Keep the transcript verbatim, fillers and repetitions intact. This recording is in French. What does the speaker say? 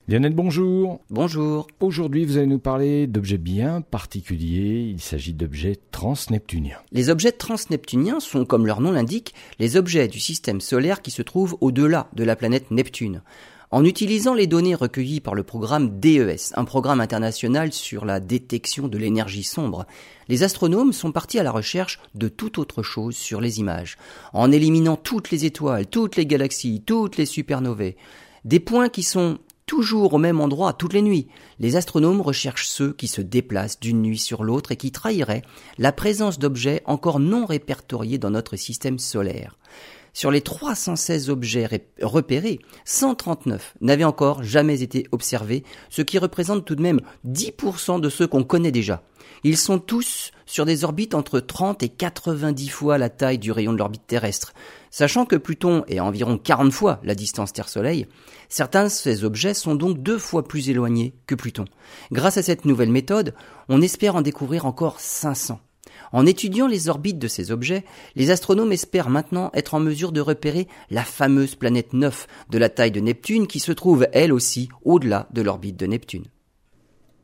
Lionel, bonjour. Bonjour. Aujourd'hui, vous allez nous parler d'objets bien particuliers. Il s'agit d'objets transneptuniens. Les objets transneptuniens sont, comme leur nom l'indique, les objets du système solaire qui se trouvent au-delà de la planète Neptune. En utilisant les données recueillies par le programme D E S, un programme international sur la détection de l'énergie sombre, les astronomes sont partis à la recherche de toute autre chose sur les images, en éliminant toutes les étoiles, toutes les galaxies, toutes les supernovae, des points qui sont toujours au même endroit toutes les nuits. Les astronomes recherchent ceux qui se déplacent d'une nuit sur l'autre et qui trahiraient la présence d'objets encore non répertoriés dans notre système solaire. Sur les trois cent seize objets repérés, cent trente-neuf n'avaient encore jamais été observés, ce qui représente tout de même dix pour cent de ceux qu'on connaît déjà. Ils sont tous sur des orbites entre trente et quatre-vingt-dix fois la taille du rayon de l'orbite terrestre. Sachant que Pluton est à environ quarante fois la distance Terre-Soleil, certains de ces objets sont donc deux fois plus éloignés que Pluton. Grâce à cette nouvelle méthode, on espère en découvrir encore cinq cents. En étudiant les orbites de ces objets, les astronomes espèrent maintenant être en mesure de repérer la fameuse planète neuf de la taille de Neptune qui se trouve elle aussi au-delà de l'orbite de Neptune.